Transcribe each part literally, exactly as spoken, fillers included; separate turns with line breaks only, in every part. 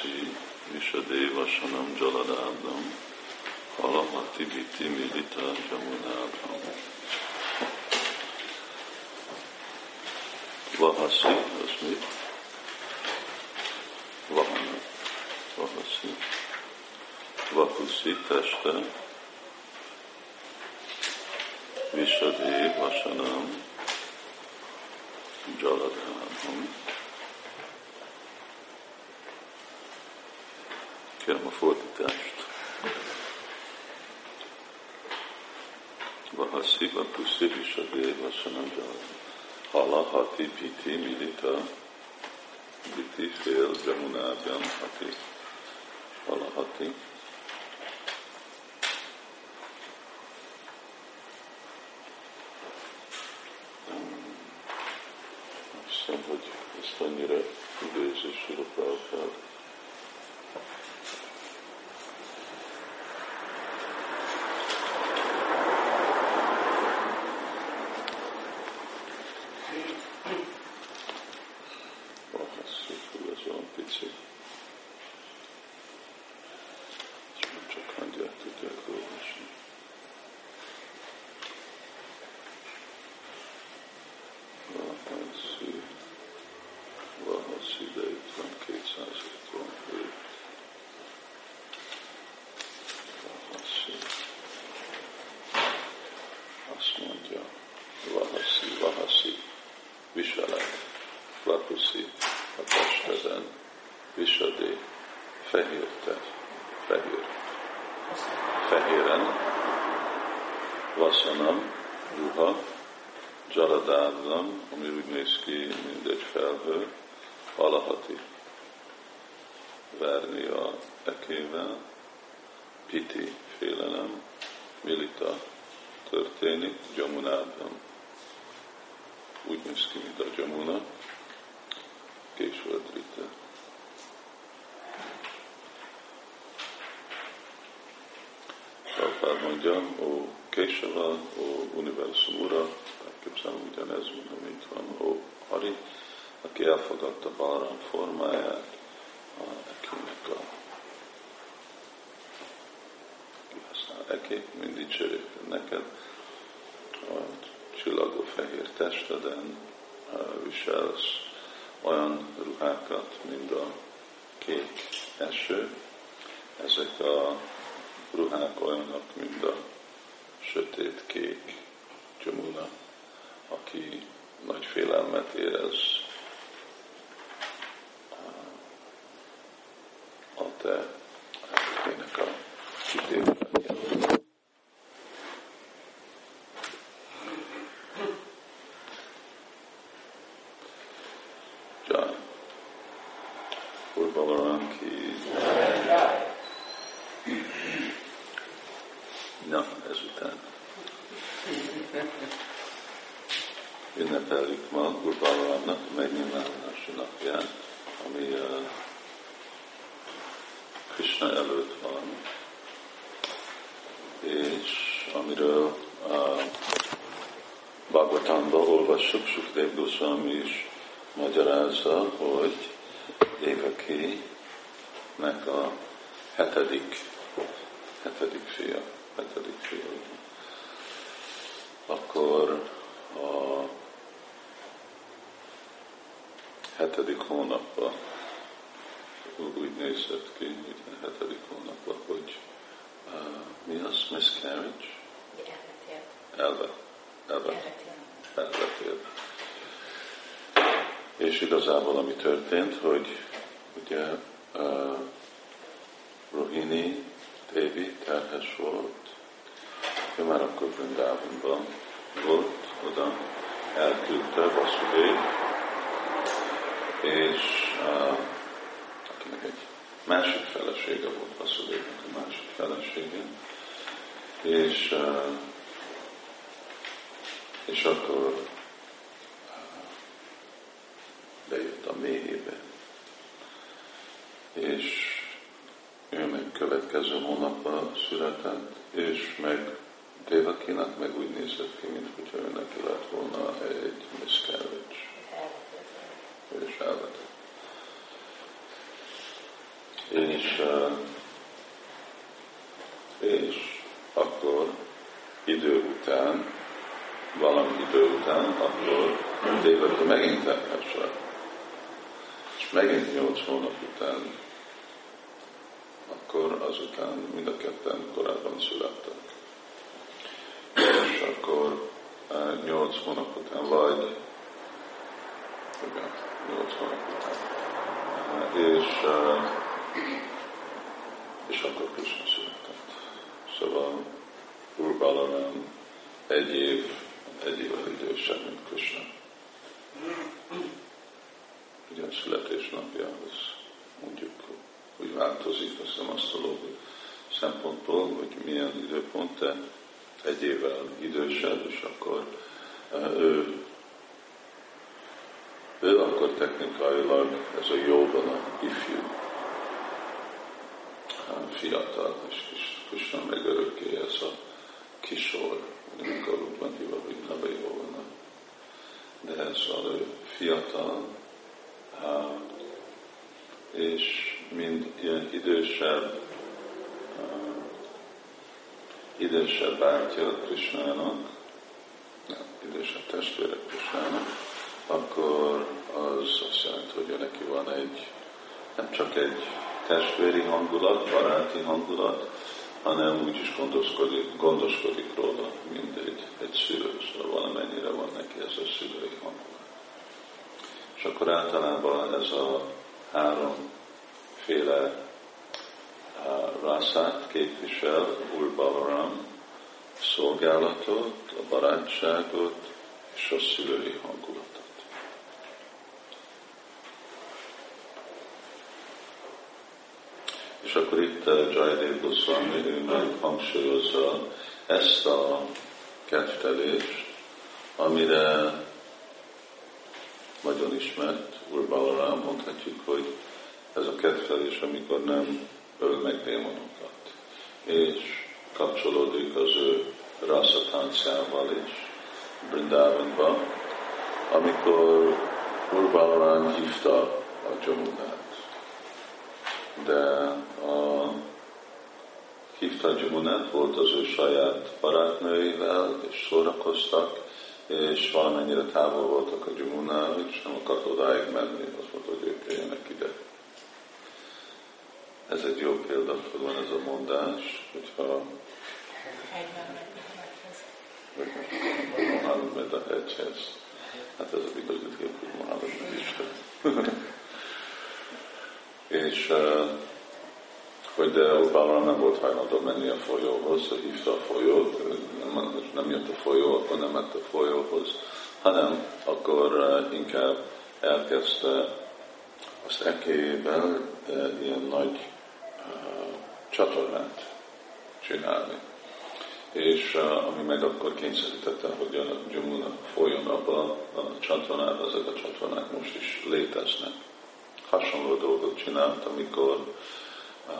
Vahasi Vishade Vasanam Jaladadam Halamati Viti Milita Jamunadam. Vahasi, az mi? Vahana. Vahasi. Vahusi teste. Vishade Vasanam Jaladadam. Kérem a fordítást. Vahasi Vahusi Vishade Vasanam Jaladadam. Hala, hati, piti, milita, piti, fél, jamunában, hati, hala, hati. Azt hiszem, hogy ezt annyira idézés Srila fel. Azt mondja, Vahasi, Vahasi, viselet, Vahusi, a testeden, Vishade, fehér test, fehér, fehéren, Vasanam, ruha, Jaladadam, ami úgy néz ki, mint egy felhő, Halahati, verni a ekével, Piti, félelem, Milita, történik, Jamunában. Úgy néz ki, mint a Jamuna, Késvadrita. Prabhupád mondja, ó Késava, ó univerzum ura, elképzelem ugyanez, mint van, ó Hari, aki elfogadta Balaram formáját, akinek a Eki, mindig cserél neked, a csillagó fehér testeden viselsz olyan ruhákat, mint a kék eső. Ezek a ruhák olyanok, mint a sötét kék Jamuna, aki nagy félelmet érez a te ének a kitérben. Balaram ki. Na, ezután ünnepeljük ma Úr Balaramnak a megnyilvánulási napját, ami uh, Krishna előtt van, és amiről uh, Bhagavatamban olvassuk, Sukadeva Goswami is magyarázza, hogy Devaki-nek a hetedik, hetedik fia, hetedik fia. Akkor a hetedik hónapban úgy nézett ki, ugye a hetedik hónapban, hogy uh, mi az? Miscarriage? Elvet. Elvet. Elvetél. És igazából ami történt, hogy ugye uh, Rohini Devi terhes volt, ő már akkor Vrindávonban volt, oda elküldte Vasudev, és uh, akinek egy másik felesége volt, Vasudevnek a másik felesége, és, uh, és akkor bejött a méhébe. És ő meg következő hónapban született, és meg Devakinak meg úgy nézett ki, mint hogyha őnek lett volna egy miscarriage. És elvetett. és, és akkor idő után, valami idő után, akkor Devaki megint terhesse. És megint nyolc hónap után, akkor azután mind a ketten korábban születtek. És akkor nyolc hónap után, vagy igen, nyolc hónap után. És, és akkor Krishna született. Szóval Úr Balaram egy év, egy évvel idősebb, mint Krishna. Ugye a születésnapja, az mondjuk úgy változik, azt hiszem asztrológiai szempontból, hogy milyen időpont, de egy évvel idősebb, és akkor ő, ő akkor technikailag ez a jóvana, ifjú, fiatal, és Krishna meg örökké ez a kisor, amikor úgy van hívva, hogy neve jóvana. De ez a ő fiatal, és mind ilyen idősebb, idősebb bátyja Krishnának, idősebb testvére Krishnának, akkor az azt jelenti, hogy neki van egy, nem csak egy testvéri hangulat, baráti hangulat, hanem úgy is gondoskodik, gondoskodik róla, mint egy, egy szülő, szóval valamennyire van neki ez a szülői hangulat. És akkor általában ez a háromféle rászát képvisel Úr Balaram, szolgálatot, a barátságot és a szülői hangulatot. És akkor itt Jayadev Goswami, ő meg hangsúlyozza ezt a kedvtelést, amire nagyon ismert Úr Balaram, mondhatjuk, hogy ez a kedvtelés, amikor nem öl meg démonokat, és kapcsolódik az ő raszatáncával is, Brindavanba, amikor Úr Balaram hívta a Jamunát. De a hívta a Jamunát, volt az ő saját barátnőivel, és szórakoztak, és valamennyire távol voltak a Jamunál, és nem akart odáig menni, azt mondta, hogy ők jöjjenek ide. Ez egy jó példa, hogy van ez a mondás, hogyha Mohammed megy a hegyhez. Hát ez az igazi kép, hogy Mohammed megy Isten. És hogy de Úr Balaram nem volt hajlandó menni a folyóhoz, hívta a folyót, nem, nem jött a folyó, akkor nem ment a folyóhoz, hanem akkor inkább elkezdte az ekével ilyen nagy uh, csatornát csinálni. És uh, ami meg akkor kényszerítette, hogy a Jamuna folyjon abba a csatornába, ezek a csatornák most is léteznek. Hasonló dolgot csinált, amikor uh,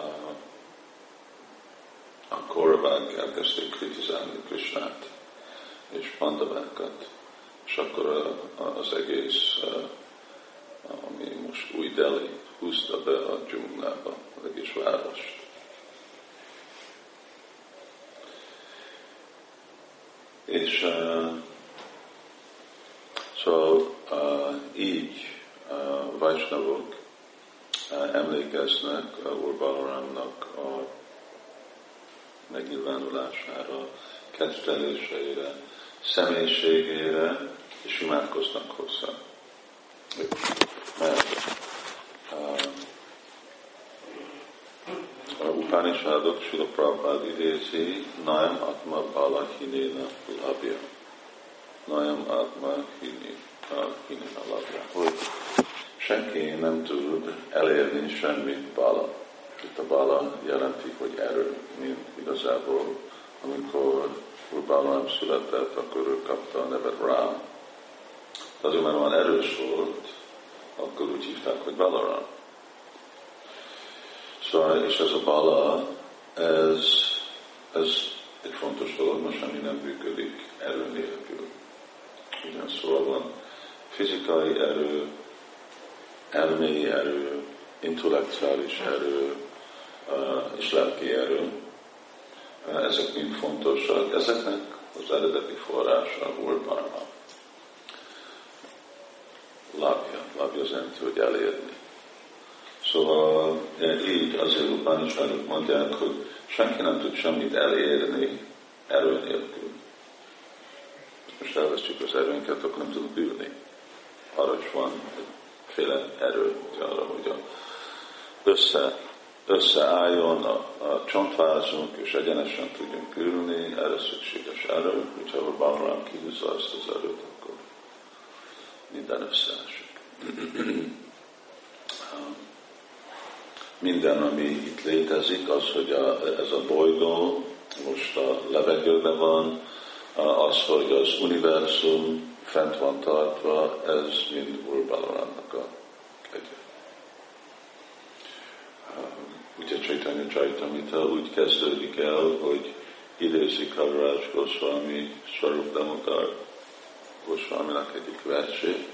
a Kauravák elkezdték kritizálni Krishnát és Pandavákat, és akkor uh, az egész, uh, ami most új Delhi, húzta be a Jamunába, az egész várost. És uh, szóval uh, így uh, Vaisnavok uh, emlékeznek uh, Úr Balaramnak a megnyilvánulására, kedveléseire, személyiségére, és imádkoznak hozzá. Mert uh, a Upanishadok Srila Prabhupád idézi, Nayam Atma Bala Hinéna Labja. Nayam Atma Hinéna Labja. Hogy senki nem tud elérni semmit Bala. Itt a Bala jelenti, hogy erő, mint igazából, amikor Úr Balaram született, akkor ő kapta a nevet Rám. Azért, mert olyan erős volt, akkor úgy hívták, hogy Balaram. Szóval, és ez a Bala, ez, ez egy fontos dolog, most ami nem működik erő nélkül. Ugyan szóval van fizikai erő, elmélyi erő, intellektuális erő, és lelki erő. Ezek mind fontosak. Ezeknek az eredeti forrása Úr Brahma. Labja. Labja az jelenti, hogy elérni. Szóval így azért Upanishadok mondják, hogy senki nem tud semmit elérni erő nélkül. Most elvesztjük az erőnket, akkor nem tudunk ülni. Arra is van féle erő, arra, hogy össze, összeálljon a, a csontvázunk, és egyenesen tudjunk ülni, erre szükséges erő, hogyha a Balaram kihúzza ezt az erőt, akkor minden összeesik. Minden, ami itt létezik, az, hogy a, ez a bolygó most a levegőben van, az, hogy az univerzum fent van tartva, ez mind Úr Balaramnak a egyet. Ugye Chaitanya Charitamrita úgy kezdődik el, hogy idézik Kaviraj Goswami Swarup Damodar Goswaminak egyik versét.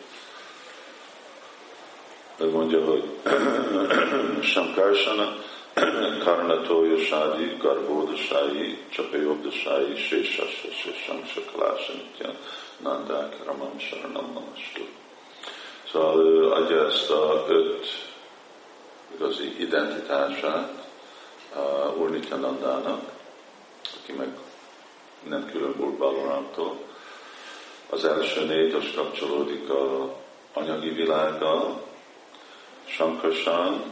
Ő mondja, hogy Shankarsana Karnatóyasadi, Garbódasai, Csapajobdasai, Sésasya, Sésam, Sakalásanyitya, Nandák, Ramam, Saranam, Namastu. Szóval ő adja ezt a öt igazi identitását uh, Úr Nityanandának, aki meg nem külön Úr Balaramtól. Az első négy az kapcsolódik az anyagi világgal, Shankarsan,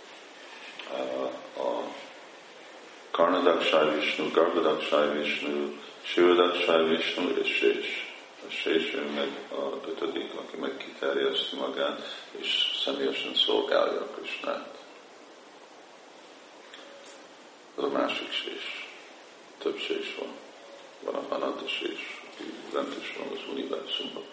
a Karnadakshay Vishnu, Garbhodakshay Vishnu, Shivadakshay Vishnu és Sés. A Sés ő meg a ötödik, aki meg kiterjeszti magát, és személyesen szolgálja Krishnát. Ez a másik Sés. Több Sés van. Van a Ananta Sés, aki lent is van az univerzumban.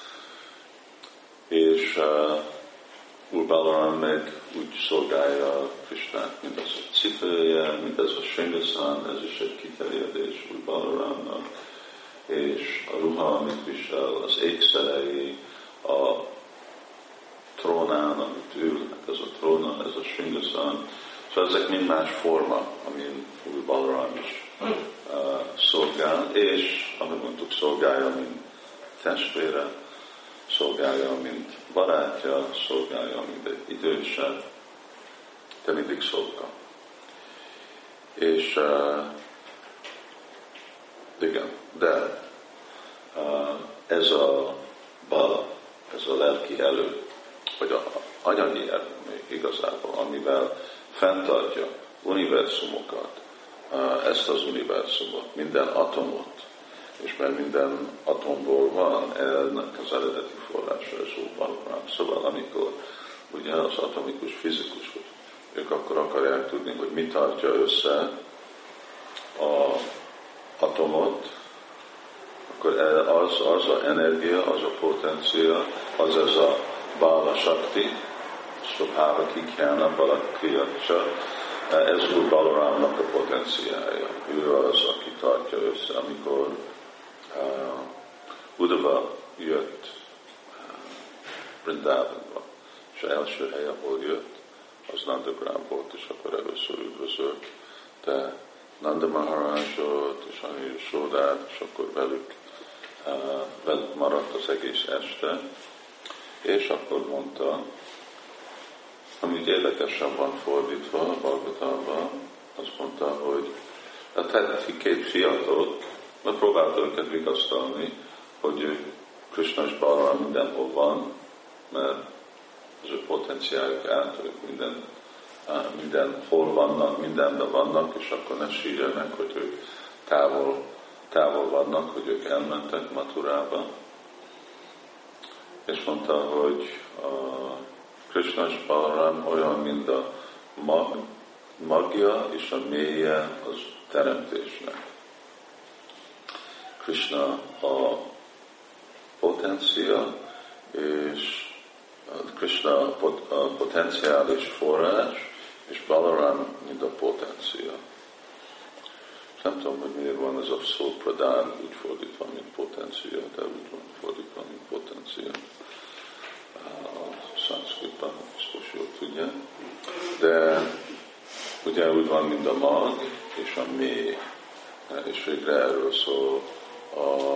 És uh, Úr Balaram meg úgy szolgálja Krishnát, mint az a cipője, mint ez a Sringasan, ez is egy kiterjedés Úr Balaramnak, és a ruha, amit visel, az ékszerei, a trónán, amit ül, ez a tróna, ez a Sringasan. Szóval ezek mind más forma, amin Úr Balaram is uh, szolgál, és, ahogy mondtuk, szolgálja, mint testvére, szolgálja, mint barátja, szolgálja, mint egy idősebb, de mindig szolgál. És uh, igen, de uh, ez a bala, ez a lelki elő, vagy a anyagi erő még igazából, amivel fenntartja univerzumokat, uh, ezt az univerzumot, minden atomot, és mert minden atomból van, ennek az eredeti forrása az Úr Balaram. Szóval amikor ugye az atomikus fizikusok, ők akkor akarják tudni, hogy mi tartja össze az atomot, akkor az, az az energia, az a potencia, az ez a Bala Shakti, Svabhava Kikhyana Bala Kriyacsa, ez Úr Balaramnak a potenciája. Ő az, aki tartja össze, amikor Uh, Uddhava jött uh, Vrindavanba, és első hely, ahol jött, az Nandagram volt, és akkor először üdvözölt, de Nanda Maharajot és Anil Sódát, és akkor velük, uh, velük maradt az egész este, és akkor mondta, ami érdekesen van fordítva a Bhagavatában, azt mondta, hogy a tett két fiatot, mert próbálta őket vigasztalni, hogy ő Krishna és Balaram mindenhol van, mert az ő potenciáljuk át, ők minden, mindenhol vannak, mindenben vannak, és akkor ne sírjanak, hogy ők távol, távol vannak, hogy ők elmentek Maturába. És mondta, hogy a Krishna és Balaram olyan, mint a mag, magja és a mélye az teremtésnek. Krishna a potencia, és Krishna a potenciális forrás, és Balaram mint a potencia. Nem tudom, hogy miért van ez a szó pradán úgy fordítva, mint potencia, de úgy van fordítva, mint potencia. A szanszkritban biztos jól tudja. De ugye úgy van, mint a mag és a mély. És végre erről szól a,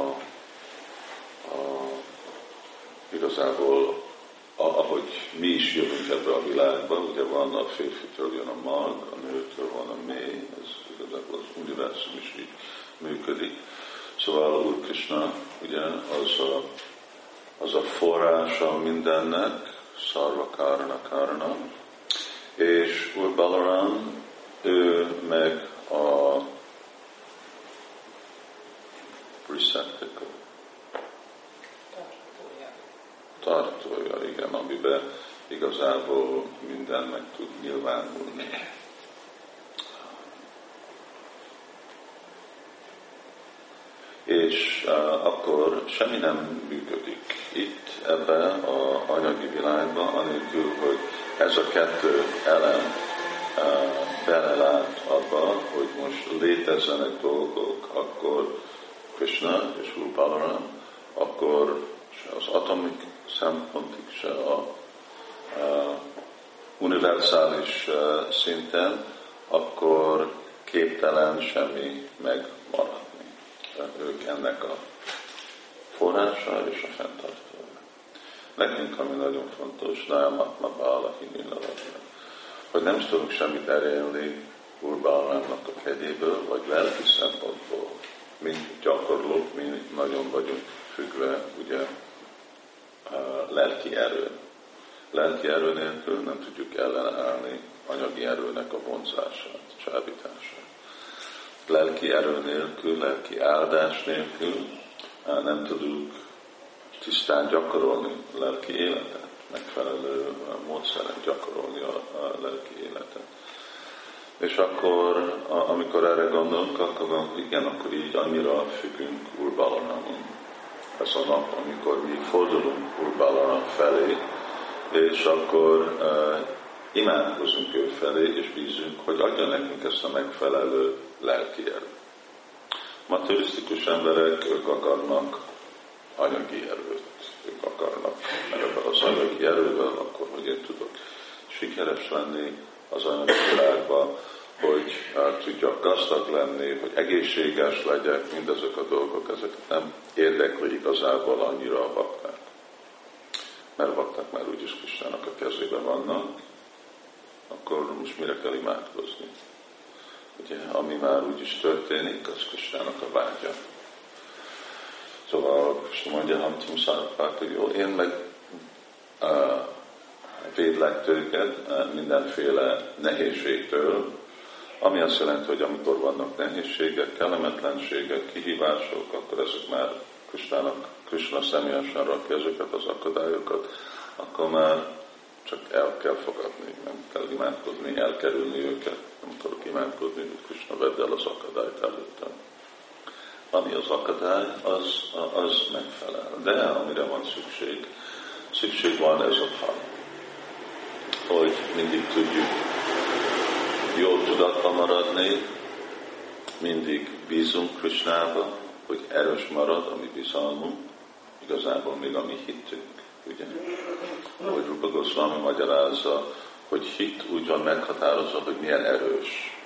a, igazából, a, ahogy mi is jövünk ebbe a világba, ugye van a férfitől jön a mag, a nőtől van a mély, ez igazából az univerzum is így működik. Szóval Úr Krishna ugye az a, az a forrása mindennek, szarva kárana kárana, és Úr Balaram, ő meg a receptacle, tartója, igen, amiben igazából minden meg tud nyilvánulni. És uh, akkor semmi nem működik itt ebben az anyagi világban, anélkül, hogy ez a kettő elem uh, belelát abba, hogy most létezzenek dolgok, akkor Krishna és Úr Balaram, akkor se az atomik szempontig, se a uh, univerzális uh, szinten, akkor képtelen semmi megmaradni. Ők ennek a forrása és a fenntartója. Nekünk, ami nagyon fontos, nem a Bála Hinilalaja, hogy nem is tudunk semmit elérni Úr Balaramnak a kegyéből, vagy lelki szempontból. Mint gyakorlók, mi nagyon vagyunk függve, ugye, a lelki erőn. Lelki erő nélkül nem tudjuk ellenállni anyagi erőnek a vonzását, csábítását. Lelki erő nélkül, lelki áldás nélkül nem tudunk tisztán gyakorolni a lelki életet, megfelelő módszeren gyakorolni a, a lelki életet. És akkor, amikor erre gondolunk, akkor igen, akkor így annyira függünk Úr Balaramon. Ez a nap, amikor mi fordulunk Úr Balaram felé, és akkor uh, imádkozunk ő felé, és bízunk, hogy adja nekünk ezt a megfelelő lelki erőt. Materialisztikus emberek, ők akarnak anyagi erőt. Ők akarnak, mert ebben az anyagi erővel, akkor hogy én tudok sikeres lenni az anyagi világban, hogy uh, tudjak gazdag lenni, hogy egészséges legyek, mindezek a dolgok, ezeket nem érdekli igazából annyira a bakták. Mert a bakták már úgyis Krisnának a kezében vannak, akkor most mire kell imádkozni? Ugye, ami már úgyis történik, az Krisnának a vágya. Szóval Krishna mondja, Hamtum Szárapát, hogy jó, én meg uh, védlek tőled uh, mindenféle nehézségtől, ami azt jelenti, hogy amikor vannak nehézségek, kellemetlenségek, kihívások, akkor ezek már Krishnának, Krishna személyesen rakja ezeket az akadályokat, akkor már csak el kell fogadni, nem kell imádkozni, elkerülni őket, nem akarok imádkozni, hogy Krishna vedd el az akadályt előttem. Ami az akadály, az, az megfelel. De amire van szükség, szükség van ez a hal, hogy mindig tudjuk jó tudatban maradni, mindig bízunk Krishnába, hogy erős marad a mi bizalmunk, igazából még a mi hittünk. Ugye? Ahogy Rupa Goswami magyarázza, hogy hit úgy van meghatározva, hogy milyen erős.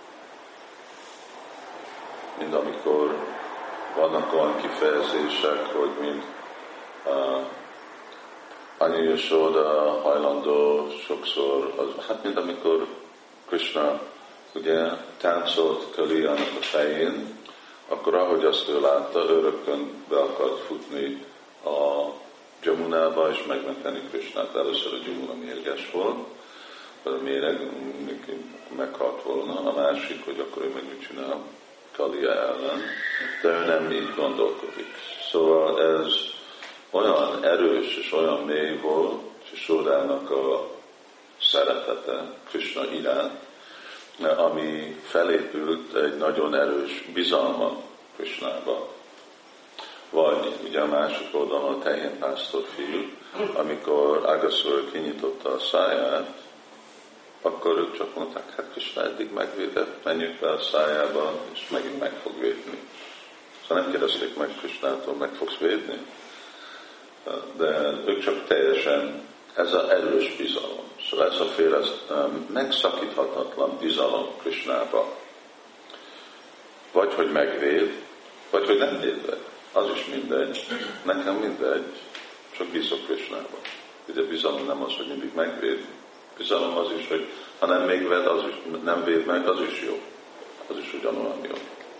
Mint amikor vannak olyan kifejezések, hogy mint uh, Anya Yashoda hajlandó sokszor, az, hát mint amikor Krishna ugye táncolt Kaliának a fején, akkor ahogy azt ő látta, ő rögtön be akart futni a Jamunába és megmenteni Krishnát. Először a Jamuna mérges volt, a méreg meghalt volna. A másik, hogy akkor ő meg mit csinál Kalia ellen, de ő nem így gondolkodik. Szóval ez olyan erős és olyan mély volt, és Sódának a szeretete Krishna iránt, ami felépült egy nagyon erős bizalma Krishnába. Vagy ugye a másik oldalon a tehénpásztor fiú, amikor Agaszur kinyitotta a száját, akkor ők csak mondták, hát Krishna eddig megvédett, menjünk be a szájába, és megint meg fog védni. Szóval nem kérdezték meg Krishnától, meg fogsz védni? De ők csak teljesen ez az erős bizalom. Szóval ez a féle megszakíthatatlan bizalom Krishnába. Vagy hogy megvéd, vagy hogy nem véd meg. Az is mindegy. Nekem mindegy. Csak bízok Krishnába. Ugye bizalom nem az, hogy mindig megvéd. Bizalom az is, hogy ha nem még ved, az is, nem véd meg, az is jó. Az is ugyanolyan jó.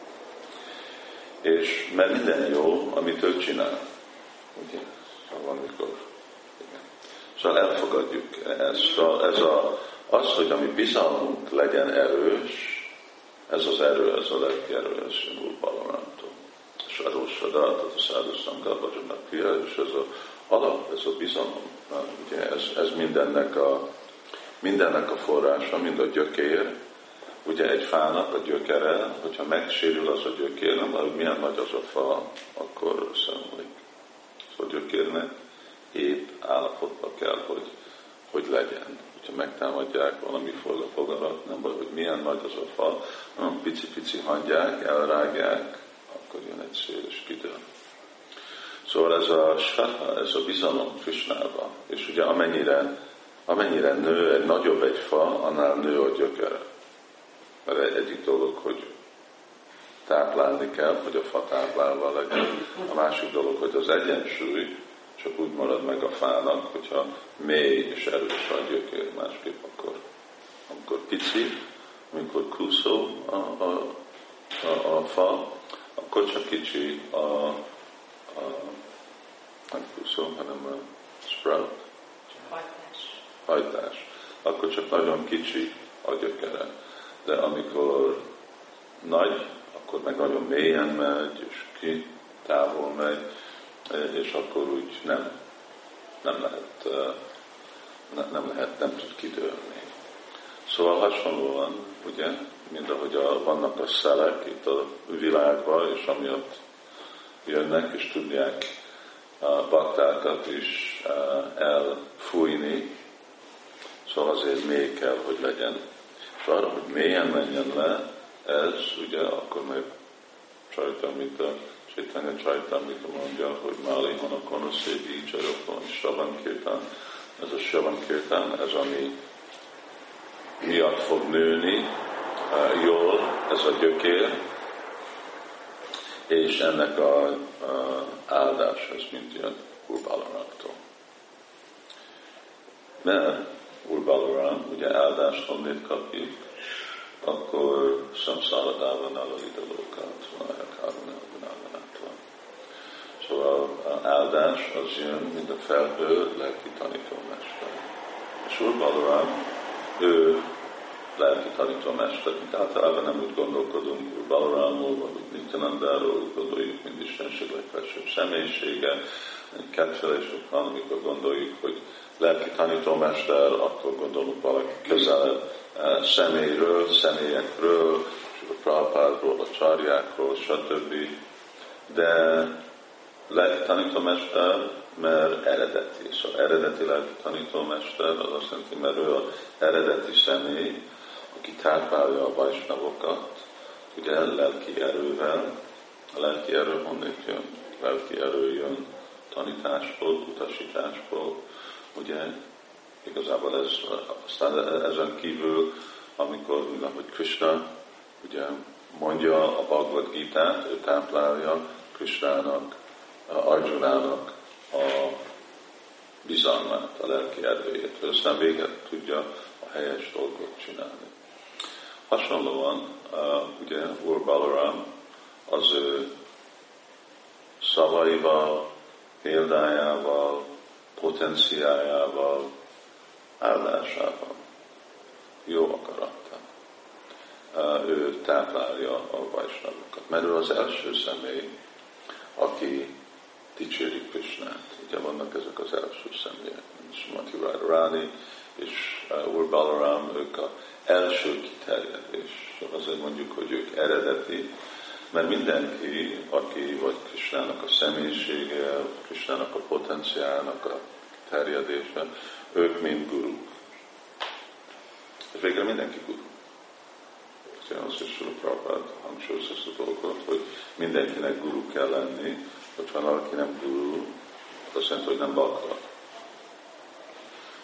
És mert minden jó, amit ő csinál. Ugye? Van, mikor. Igen. Szóval elfogadjuk ezt. Szóval ez a, az, hogy ami bizalmunk legyen erős, ez az erő, ez a lelki erő, ez jön Úr Balarámtól. És a Rósadat, a Szádu Szanga, Bhajanak Kriya, és ez az alap, ez a bizalom. Ugye ez, ez mindennek, a, mindennek a forrása, mind a gyökér. Ugye egy fának a gyökere, hogyha megsérül az a gyökér, nem hogy milyen nagy az a fa, akkor összeomlik. Szóval a gyökérnek épp állapotban kell, hogy, hogy legyen. Ha megtámadják valami fogarat, nem baj, hogy milyen nagy az a fa, hanem pici-pici hangyák, elrágják, akkor jön egy szél és kidől. Szóval ez a shraddha, ez a bizalom Krishnába, és ugye amennyire, amennyire nő egy nagyobb egy fa, annál nő a gyökere. Mert egy, egyik dolog, hogy táplálni kell, hogy a fa táplálva legyen. A másik dolog, hogy az egyensúly csak úgy marad meg a fának, hogyha mély és erős a gyökér, másképp akkor, amikor pici, amikor kúszó a, a, a, a fa, akkor csak kicsi a, a nem kúszó, hanem a sprout, hajtás. hajtás. Akkor csak nagyon kicsi a gyökere. De amikor nagy, akkor meg nagyon mélyen megy, és ki távol megy, és akkor úgy nem, nem lehet, nem, nem lehet, nem tud kidőlni. Szóval hasonlóan, ugye, mint ahogy a, vannak a szelek itt a világban, és amiatt jönnek, és tudják a baktákat is elfújni, szóval azért mély kell, hogy legyen. És arra, hogy mélyen menjen le, ez ugye, akkor meg Csaitamrita, Chaitanya Charitamrita mondja, hogy Máli Hanakona Szébi Csarokon, Shravan Kirtan. Ez a Shravan Kirtan, ez ami miatt fog nőni jól, ez a gyökér, és ennek a, a áldás, ez mint jön Úr Balarámtól. Mert Úr Balarám ugye áldást honnét kapjuk, akkor samszáradában alavidalókat, vanájakárvanálvanálvanátva. Szóval az áldás az jön, mint a felhő lelki tanítómester. És Úr Balarám, ő lelki tanítómester, mint általában nem úgy gondolkodunk Úr Balarámról, vagy Nityanandáról, úgy gondoljuk, mint Istenség legfelsőbb személyisége, kedvelésük van, amikor gondoljuk, hogy lelki tanítómester, akkor gondolunk valaki közelebb személyről, személyekről, a Prabhupádról, a csarjákról, stb. De lelki tanítómester, mert eredeti. Szóval eredeti lelki tanítómester, az azt jelenti, mert ő az eredeti személy, aki táplálja a vajsnavokat, ugye lelki erővel. A lelki erő honnét jön? A lelki erő jön tanításból, utasításból, ugye igazából ez, aztán ezen kívül, amikor, hogy Krishna ugye mondja a Bhagavad Gitát, ő táplálja Krishnának, Arjunának a bizalmát, a lelki erőjét, hogy aztán véget tudja a helyes dolgot csinálni. Hasonlóan, ugye Úr Balarám az ő szavaival, példájával, potenciájával, áldásával, jó akarattal. Ő táplálja a vajsnavokat, mert ő az első személy, aki dicséri Krishnát. Ugye vannak ezek az első személyek, mint Srimati Radharani és Úr Balarám, ők az első kiterjedés. Azért mondjuk, hogy ők eredeti, mert mindenki, aki vagy Krishnának a személyisége, Krishnának a potenciálnak a terjedése, ők mind guruk. És végre mindenki guru. Az is Srila Prabhupád hangsúlyozza ezt a dolgot, hogy mindenkinek guru kell lenni, hogyha valaki nem guru, azt jelenti, hogy nem bakta.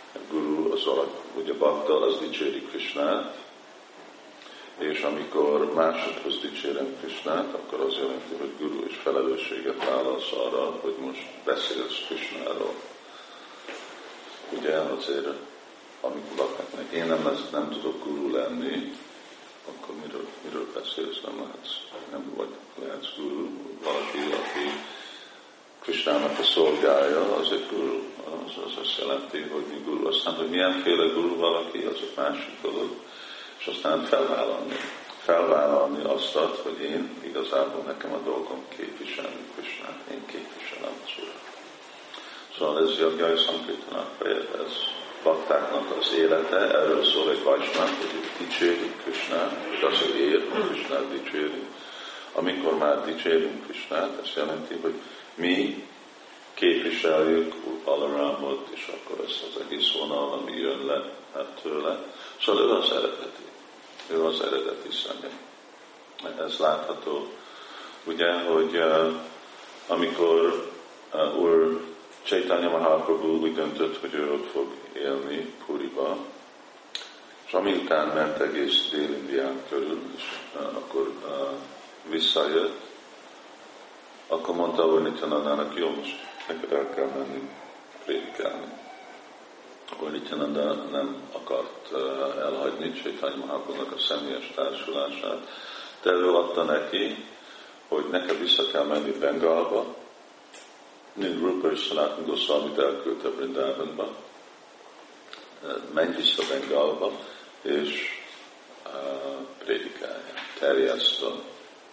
Szóval ugye bakta az dicséri Krishnát, és amikor másodhoz dicsérem Krishnát, akkor az jelenti, hogy guru is felelősséget válasz arra, hogy most beszélsz Krishnáról. Ugye azért, amikor laknak, én nem, nem tudok guru lenni, akkor miről, miről beszélsz, nem lehetsz, nem vagy lehetsz guru, valaki, aki Krishnának a szolgája, az egy guru, az, az azt jelenti, hogy mi guru. Aztán, hogy milyenféle guru valaki, az egy másik dolog, és aztán felvállalni. Felvállalni azt, hogy én igazából nekem a dolgom képviselni Krishnát, én képviselem az Urat. Szóval ez Jai Sankirtanak ez baktáknak az élete, erről szól egy Vajsnák, hogy dicsérik Krishnát, és az, hogy ér, Krishnát dicséri. Amikor már dicsérünk Krishnát, ez jelenti, hogy mi képviseljük Balarámot, és akkor ez az egész vonal, ami jön le hát tőle. Szóval ő az eredeti. Ő az eredeti személy. Ez látható, ugye, hogy uh, amikor uh, Úr Chaitanya Mahaprabhu úgy döntött, hogy ő ott fog élni Puriba, és amiután ment egész Dél-Indián körül, és uh, akkor uh, visszajött, akkor mondta Úr Nityanandának, jó, most neked el kell menni prédikálni. Úr Nityananda nem akart uh, elhagyni Chaitanya Mahaprabhunak a személyes társulását, de ő adta neki, hogy neked vissza kell menni Bengalba, mint Rupa és Sanatana Goswamit elküldte Vrindavanba. Menj vissza Bengalba, és uh, prédikálja, terjeszt a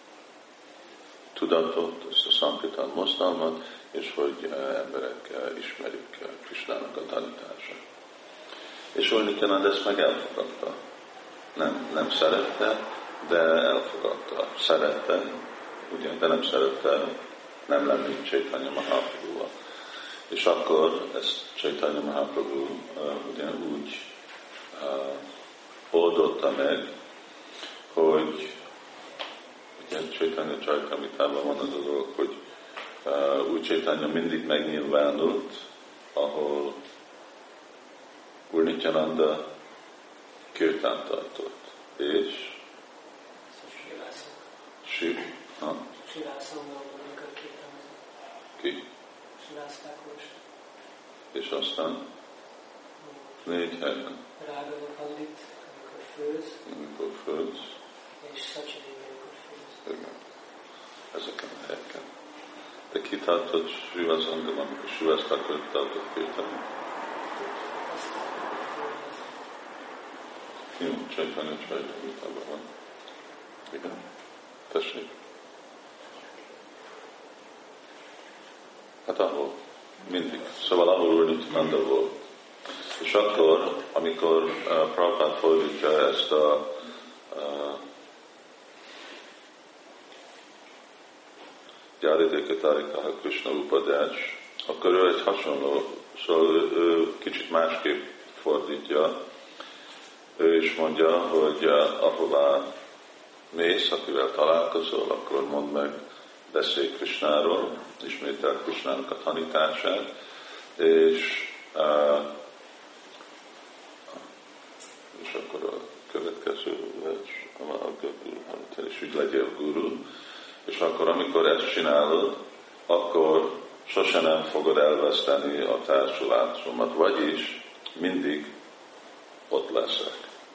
tudatot, ezt a Sankirtan mozgalmat, és hogy uh, emberek uh, ismerik uh, Krishnának a tanítását. És Úr Nityananda ezt meg elfogadta. Nem, nem szerette, de elfogadta. Szerette, ugye, de nem szerette, nem lenni Chaitanya Mahaprabhu-val. És akkor ezt Chaitanya Mahaprabhu uh, ugye úgy uh, oldotta meg, hogy ugye Chaitanya Charitamritában van az a dolog, hogy uh, úgy Chaitanya mindig megnyilvánult, ahol Úr Nityananda kirtán tartott. És Siv, ha? Ki? És aztán négy helyen.
Rágava Pandit, amikor főz.
Amikor főz.
És Szacsini, amikor főz.
Igen. Ezeken a helyeken. De ki tartott Srivasangam, amikor Srivastakar tartott Kirtani? Jó, Chaitanya Charitamritában van. Igen. Tessék. Hát ahol mindig. Szóval ahol Úr Nityananda volt. És akkor, amikor uh, Prabhupád fordítja ezt a uh, Gyáridéka Tarikaha Krishna Upadás, akkor ő egy hasonló, szóval ő, ő kicsit másképp fordítja. Ő is mondja, hogy uh, ahová mész, akivel találkozol, akkor mondd meg, beszélj Krishnáról, ismétel Krishnának a tanítását, és, uh, és akkor a következő vers, és úgy legyél guru, és akkor, amikor ezt csinálod, akkor sose nem fogod elveszteni a társulásomat, vagyis mindig ott leszek.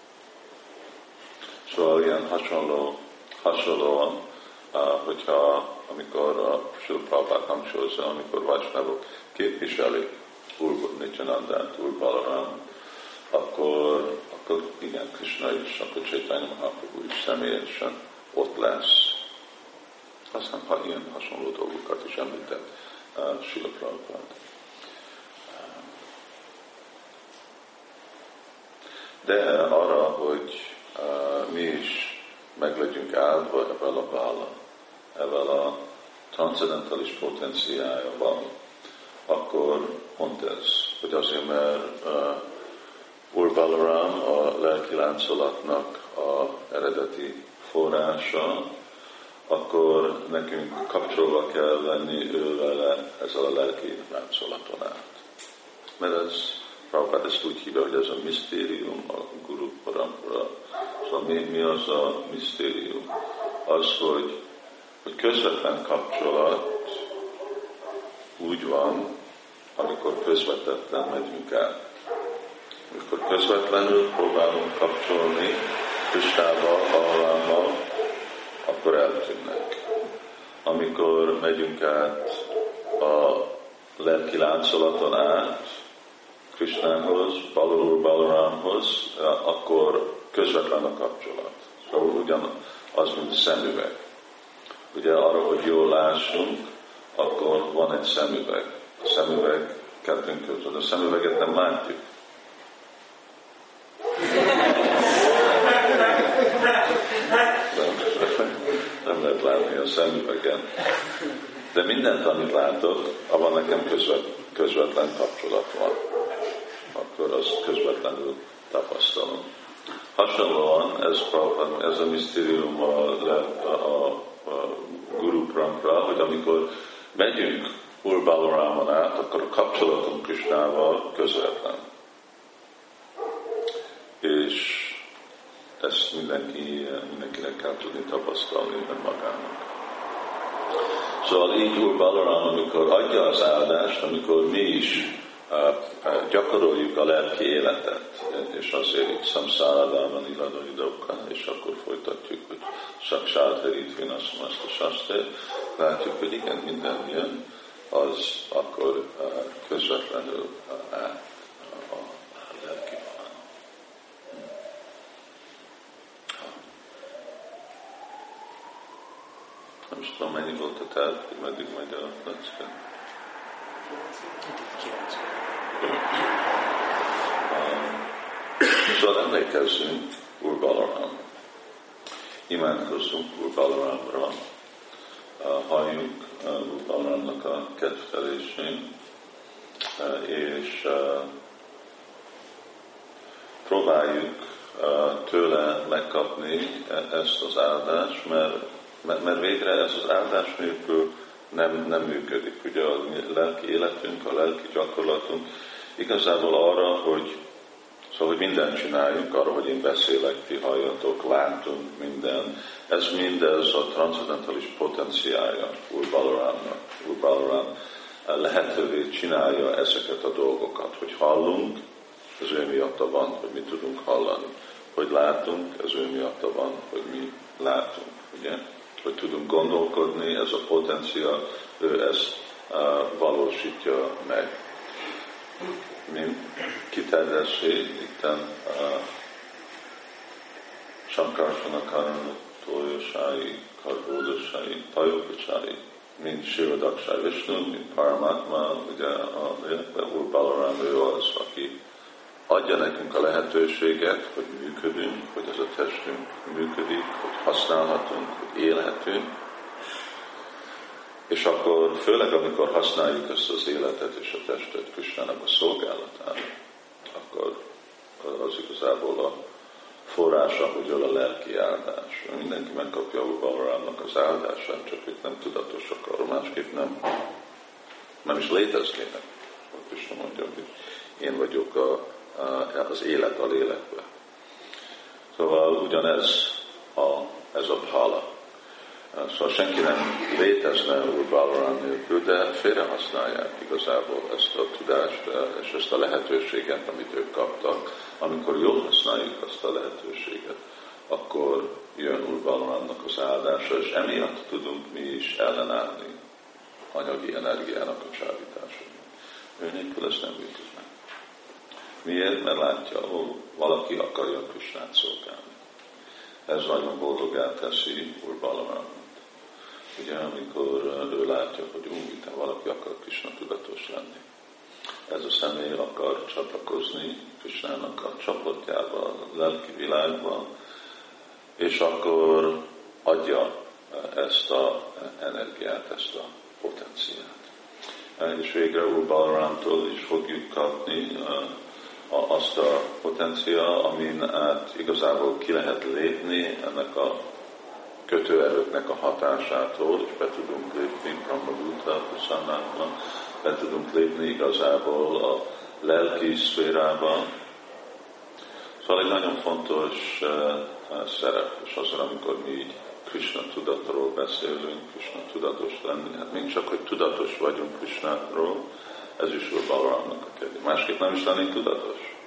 Szóval ilyen hasonló, hasonlóan, hogyha amikor a Srila Prabhupád hangsúlyozza, amikor Vajsnavok képviselik Úr Nityanandát, Úr Balaram, akkor, akkor igen, Krishna is, akkor Chaitanya Mahaprabhu is személyesen ott lesz. Aztán ha ilyen hasonló dolgokat is említett uh, Srila Prabhupád. De arra, hogy uh, mi is meg legyünk áldva ebben a bála, ebben a transzendentális potenciájával, akkor pont ez, hogy azért, mert uh, Úr Balaram a lelki láncolatnak a eredeti forrása, akkor nekünk kapcsolva kell lenni ő vele ezzel a lelki láncolaton át. Mert ez Prabhupád ezt úgy hívja, hogy ez a misztérium, a Guru Parampara. Szóval mi, mi az a misztérium? Az, hogy, hogy közvetlen kapcsolat úgy van, amikor közvetetten megyünk át. Amikor közvetlenül próbálunk kapcsolni Krisnával, Balarámmal, akkor eltűnnek. Amikor megyünk át a lelki láncolaton át Krisnához, Balarúr Balarámhoz, akkor közvetlen a kapcsolat. Szóval ugyan az, mint a szemüveg. Ugye arra, hogy jól lássunk, akkor van egy szemüveg. A szemüveg kettőnk között. A szemüveget nem látjuk. Nem lehet látni a szemüvegen. De mindent, amit látok, abban nekem közvet, közvetlen kapcsolat van. Akkor azt közvetlenül tapasztalom. Hasonlóan ez, ez a misztérium a, a, a Guru Parampara, hogy amikor megyünk Úr Balarámon át, akkor a kapcsolatunk Krisnával közvetlen. És ezt mindenki, mindenkinek kell tudni tapasztalni magának. Szóval így Úr Balarám, amikor adja az áldást, amikor mi is uh, uh, gyakoroljuk a lelki életet, és azért itt szamszáradában iladaidokkal, és akkor folytatjuk, hogy saksátherít vinaszom azt a sasté, látjuk, hogy igen, minden jön, az akkor uh, közvetlenül uh, át a, a lelki van. Nem is tudom, mennyi volt a terv, hogy meddig megy a lecke. Szóval emlékezzünk Úr Balarámra. Imádkozzunk Úr Balarámra. Halljunk Úr Balarámnak a kedvtelésén, és próbáljuk tőle megkapni ezt az áldást, mert Mert, mert végre ez az áldás nélkül nem, nem működik. Ugye a lelki életünk, a lelki gyakorlatunk igazából arra, hogy, szóval, hogy mindent csináljunk, arra, hogy én beszélek, ti halljatok, látunk minden. Ez mindez a transzendentális potenciálja Úr Balarámnak. Úr Balarám lehetővé csinálja ezeket a dolgokat, hogy hallunk, ez ő miatta van, hogy mi tudunk hallani. Hogy látunk, ez ő miatta van, hogy mi látunk. Ugye? Hogy tudunk gondolkodni, ez a potencia, ő ezt uh, valósítja meg. Mi kiterdeszi itten uh, Sankarsana Toyosai, Karbódosai, Tajokocsai, mint Sivadaksai Vishnu, mint Paramatma, ugye a lélekben Úr Balarám, ő az, aki adja nekünk a lehetőséget, hogy működünk, hogy ez a testünk működik, hogy használhatunk, hogy élhetünk. És akkor, főleg amikor használjuk ezt az életet és a testet Krisnának a szolgálatára, akkor az igazából a forrása, hogy a lelki áldás. Mindenki megkapja Úr Balarámnak az áldását, csak ők nem tudatosak arról, másképp nem, nem is léteznének. Krishna mondja, hogy én vagyok a az élet a lélekbe. Szóval ugyanez a, ez a bhala. Szóval senki nem létezne Úr Balarám nélkül, de félrehasználják igazából ezt a tudást és ezt a lehetőséget, amit ők kaptak. Amikor jól használjuk azt a lehetőséget, akkor jön Úr Balarámnak az áldása, és emiatt tudunk mi is ellenállni anyagi energiának a csábításában. Ő nélkül ez nem működik. Miért? Mert látja, hogy valaki akarja Krisnát szolgálni. Ez nagyon boldogá teszi Úr Balarámot. Ugye, amikor ő látja, hogy ú, valaki akar Krisna tudatos lenni. Ez a személy akar csatlakozni Krisnának a csoportjába, a lelki világba, és akkor adja ezt az energiát, ezt a potenciát. És végre Úr Balarámtól is fogjuk kapni azt a potencia, amin át igazából ki lehet lépni ennek a kötőerőknek a hatásától, és be tudunk lépni Brahma Gúta, Puszannátban, be tudunk lépni igazából a lelki szférában. Szóval egy nagyon fontos uh, szerep, és azon, amikor mi így Krishna tudatról beszélünk, Krishna tudatos lenni, hát még csak, hogy tudatos vagyunk Krishnáról, ez is Úr Balarámnak a kérdés. Másképp nem is lennénk tudatos.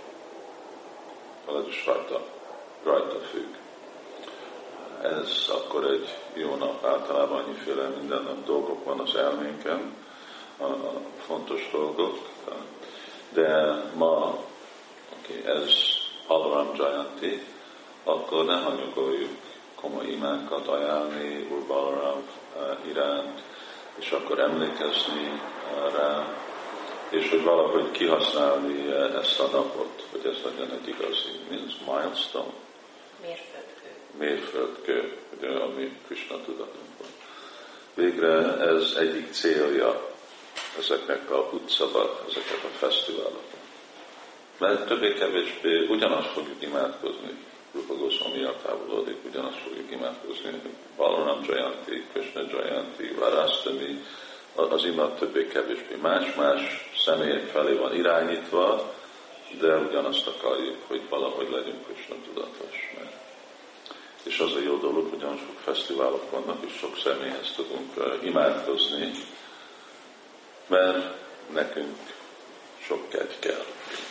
Ez is rajta, rajta függ. Ez akkor egy jó nap, általában annyiféle minden nap dolgok van az elménken, a, a fontos dolgok, de ma, okay, ez Balaram Jayanti, akkor ne hanyagoljuk komoly imákat ajánlni Úr Balaram iránt, és akkor emlékezni rá, és hogy valahogy kihasználni ezt a napot, hogy ez legyen egy igazi, means milestone.
Mérföldkő.
Mérföldkő, ugye, ami Krishna tudatunkban. Végre ez egyik célja ezeknek a utcaba, ezeket a fesztiválokon. Mert többé-kevésbé ugyanazt fogjuk imádkozni, Rupa Goswami eltávolodik, ugyanazt fogjuk imádkozni, Balaram Jayanti, Krishna Jayanti, Varastami, az imád többé-kevésbé más-más személyek felé van irányítva, de ugyanazt akarjuk, hogy valahogy legyünk Krishna tudatos. És az a jó dolog, hogy olyan sok fesztiválok vannak, és sok személyhez tudunk imádkozni, mert nekünk sok kegy kell.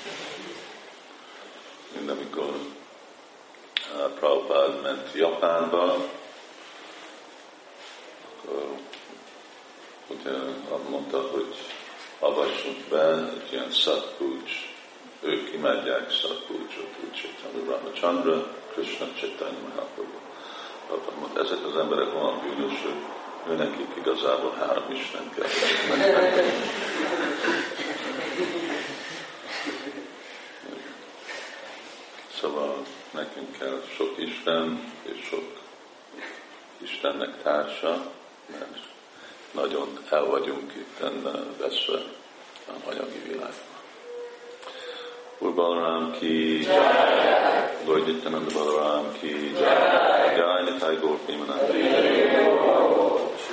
Mind amikor uh, Prabhupád ment Japánba, akkor ugye mondta, hogy avassunk be egy ilyen szatpúcs, ők imádják szatpúcsot, úgy Chaitanya Ramachandra, Krishna Chaitanya Mahaprabhu. Mondta, ezek az emberek olyan bűnösök, ő nekik igazából három Isten kell. Szóval nekünk kell sok Isten, és sok Istennek társa, mert nagyon el vagyunk itt veszve az anyagi világban. Úr Balaram ki jai, Lord Nityananda Balaram ki jai, Jai Nitai Gaur Premanandi